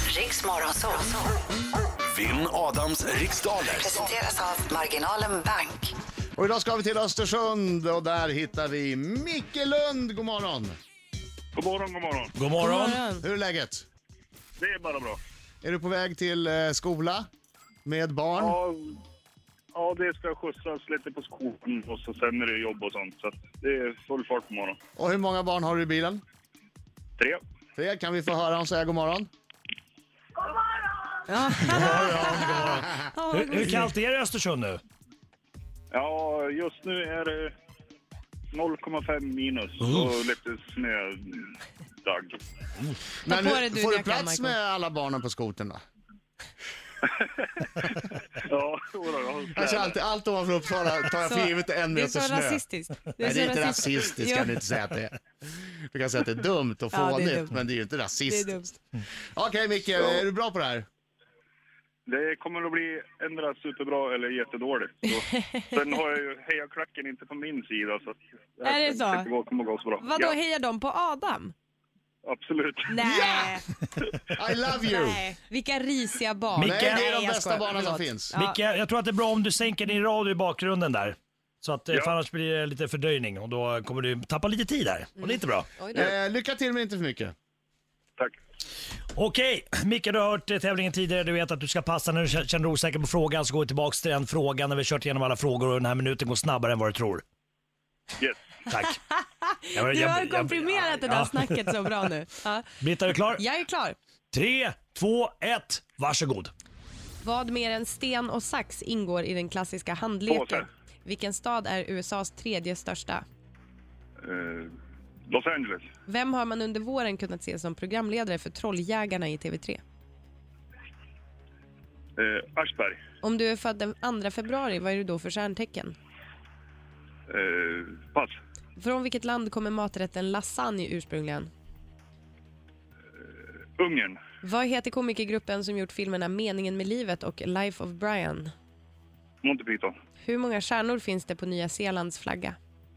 Riks Morgonzoo. Vinn Adams riksdaler. Presenteras av Marginalen Bank. Och idag ska vi till Östersund och där hittar vi Micke Lund. God morgon. God morgon, god morgon. God morgon. Hur är läget? Det är bara bra. Är du på väg till skola med barn? Ja, det ska skjutsas lite på skolan och så sen är det jobb och sånt. Så att det är full fart på morgonen. Och hur många barn har du i bilen? 3. 3. Kan vi få höra dem säga god morgon? Hur kallt är det i Östersund nu? Ja, just nu är det 0,5 minus och lite snödagg. Men på dig, du, får du jackan, plats Michael. med alla barnen på skotern då? Ja, jodå, Alltså allt ovanför Uppsala tar jag för givet en Det är meter så snö. rasistiskt. Nej, det är inte rasistiskt kan du inte säga att det är. Du kan säga att det är dumt och Ja, det är fånigt, dumt. men det är ju inte Det är rasistiskt. dumt. Okej, Micke, är du bra på det här? Det kommer att bli ändra superbra eller jättedåligt. Så. Sen har jag ju hejaklacken inte på min sida. Så att Är det så? kommer gå så bra. Vadå, Ja, hejar de på Adam? absolut. Nej. I love you! Nej. Vilka risiga barn. Micke, Nej, det är de jag bästa skojar. barnen som Förlåt. finns. Ja. Micke, jag tror att det är bra om du sänker din radio i bakgrunden där. Så att Ja. för annars blir det lite fördröjning och då kommer du tappa lite tid här. Och det är inte bra. Oj då. Lycka till men inte för mycket. Tack. Okej, Micke, du har hört tävlingen tidigare. Du vet att du ska passa när du känner dig osäker på frågan, så gå tillbaka till den frågan när vi har kört igenom alla frågor och den här minuten går snabbare än vad du tror. Yes. Tack. Du har komprimerat det där snacket så bra nu. Ja. Britta, är du klar? Jag är klar. 3, 2, 1, varsågod. Vad mer än sten och sax ingår i den klassiska handleken? Påse. Vilken stad är USAs tredje största? Los Angeles. Vem har man under våren kunnat se som programledare för Trolljägarna i TV3? Aschberg. Om du är född den 2 februari, vad är du då för stjärntecken? Pass. Från vilket land kommer maträtten lasagne ursprungligen? Ungern. Vad heter komikergruppen som gjort filmerna Meningen med livet och Life of Brian? Monty Python. Hur många stjärnor finns det på Nya Zeelands flagga?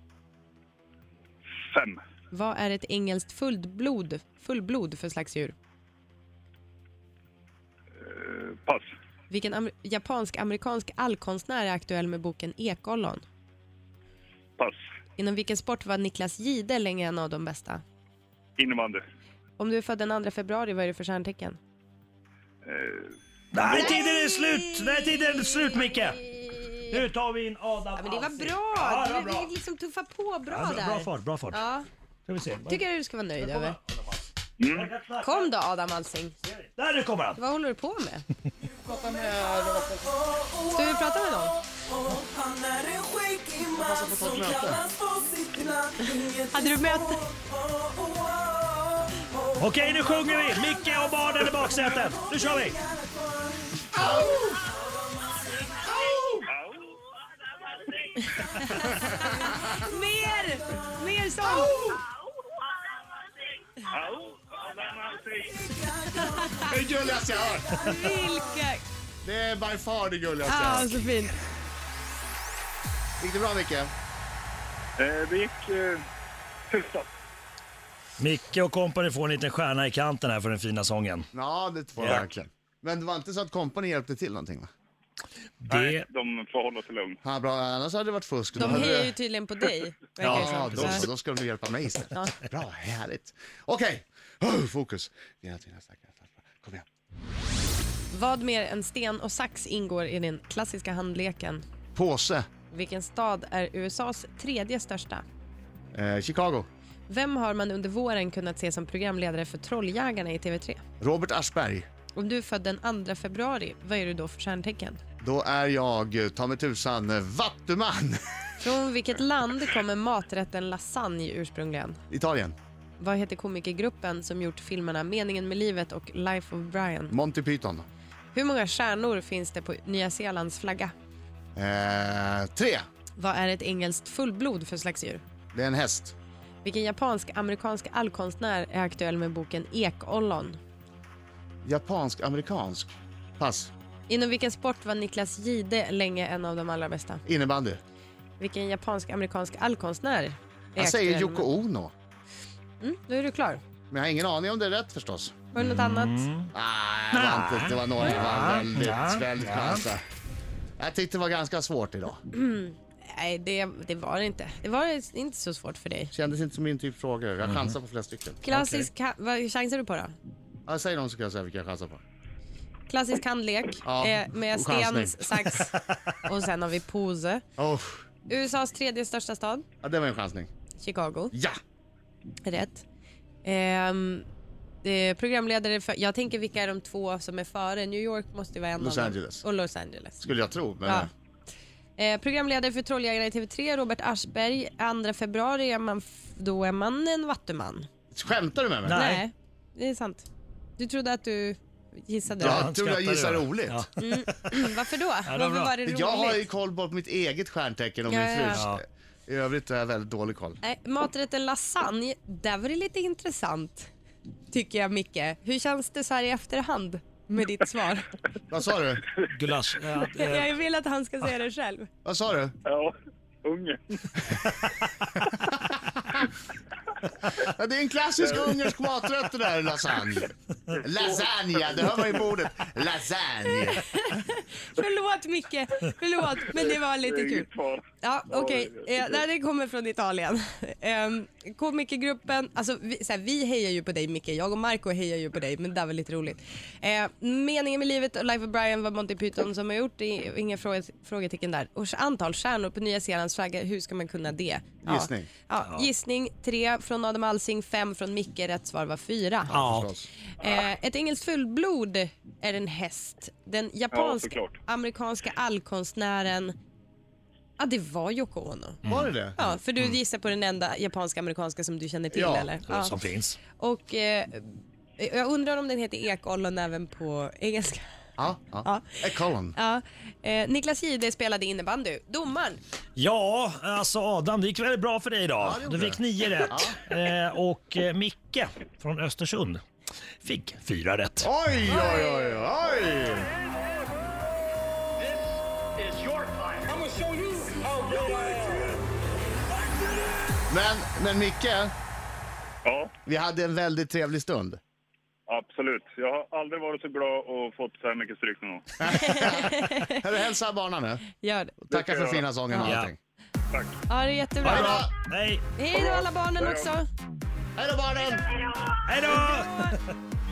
5. Vad är ett engelskt fullblod för slags djur? Pass. Vilken japansk-amerikansk allkonstnär är aktuell med boken Ekollon? Pass. Inom vilken sport var Niklas Gide länge en av de bästa? Innebandy. Om du är född den 2 februari, vad är det för stjärntecken? Nej, tiden är slut! Nej, tiden är slut, Micke! Nu tar vi in Adam. Men det var Alsing. bra! Ja, det var Du bra. liksom tuffa på bra Ja, där. bra fart. Ja, Ska vi se. tycker jag du ska vara nöjd över. Kom då Adam Alsing. Där, nu kommer han. Vad håller du på med? Ska vi prata med någon? Han är en skäggig man som kallas på sitt namn. Hade du möte? Okej, nu sjunger vi. Micke och barnen i baksätet. Nu kör vi. Mer sång! Det är det gulligaste jag har hört. Vilka... Det är by far det gulligaste jag har hört. så fint. Gick det bra Micke? Det gick hyfsat. Micke och kompani får en liten stjärna i kanten här för den fina sången. Ja, det får Ja. verkligen. Men det var inte så att kompani hjälpte till någonting va? Nej, de får hålla sig lugn. Ja, bra, annars hade det varit fusk. Då De hade hejar det... ju tydligen på dig. Ja, verkar det som. då ska de hjälpa mig istället. Ja. Bra, härligt. Okej, fokus. Kom igen. Vad mer än sten och sax ingår i den klassiska handleken? Påse. Vilken stad är USAs tredje största? Chicago. Vem har man under våren kunnat se som programledare för Trolljägarna i TV3? Robert Aschberg. Om du är född den 2 februari, vad är du då för stjärntecken? Då är jag, ta mig tusan, vattuman. Från vilket land kommer maträtten lasagne ursprungligen? Italien. Vad heter komikergruppen som gjort filmerna Meningen med livet och Life of Brian? Monty Python. Hur många stjärnor finns det på Nya Zeelands flagga? 3. Vad är ett engelskt fullblod för slags djur? Det är en häst. Vilken japansk-amerikansk allkonstnär är aktuell med boken Ekollon? Japansk-amerikansk. Pass. Inom vilken sport var Niklas Gide länge en av de allra bästa? Innebandy. Vilken japansk-amerikansk allkonstnär är Jag säger aktuell Yoko Ono. Då är du klar. Men jag har ingen aning om det är rätt förstås. Var det något annat? Nej, det var några som var väldigt chansa. Jag tyckte det var ganska svårt idag. Nej, det var det inte. Det var inte så svårt för dig. Kändes inte som min typ frågor. Jag chansar på flera stycken. Klassisk, vad chansar du på då? Ja, säg dem så kan jag säga vilka jag chansar på. Klassisk handlek med sten, chansning. sax och sen har vi pose. USAs tredje största stad? Ja, det var en chansning. Chicago. Ja! Rätt. Programledare för, jag tänker vilka är de två som är före? New York måste ju vara en Los av dem. Angeles. Och Los Angeles. Skulle jag tro. Men Programledare för Trolljägarna i TV3, Robert Aschberg. 2 februari då är man en vattuman. Skämtar du med mig? Nej, det är sant. Du trodde att du gissade. Jag tror jag gissar roligt. Ja. Varför då? var Varför bra. var det roligt? Jag har ju koll på mitt eget stjärntecken och min frus. Ja. I övrigt har jag väldigt dålig koll. Nej, maträtten lasagne, där var det lite intressant. Tycker jag, Micke. Hur känns det så här i efterhand med ditt svar? Vad sa du? Gulasch. Jag vill att han ska säga det själv. Vad sa du? Ja, unge. Ja, det är en klassisk ungersk maträtt det där, lasagne. Lasagne, det hör man ju på ordet. Lasagne. Förlåt Micke, förlåt, men det var lite kul. Ja, okej. Det kommer från Italien. Komikergruppen, alltså vi hejar ju på dig Micke, jag och Marco hejar ju på dig, men det där var lite roligt. Meningen med livet och Life of Brian var Monty Python som har gjort det, inga frågetecken där. Och antal stjärnor på Nya Zeelands flagga, hur ska man kunna det? Gissning. Ja, gissning 3 från Adam Alsing, 5 från Micke, rätt svar var 4. Ja. Ett engelskt fullblod är en häst. Den japansk-amerikanska allkonstnären, ja, det var Yoko Ono. Var det? Ja, för du gissar på den enda japansk-amerikanska som du känner till, Ja, eller? Ja, Som finns. och jag undrar om den heter ekollon även på engelska. Ja. Colin. Ja. Niklas Jihde spelade innebandy. Domaren. Ja, alltså Adam, det gick väldigt bra för dig idag. det Du gjorde fick 9 rätt. Och Micke från Östersund fick 4 rätt. Oj. Men Micke, Ja, vi hade en väldigt trevlig stund. absolut. Jag har aldrig varit så glad och fått så här mycket stryk någon gång. Hörru, hälsa barnen nu. Gör det. Tackar för fina sången och Ja. allting. Tack. Ja, det är jättebra. Ha det bra. Hej! Hej då alla barnen också. Hej då barnen! Hej då!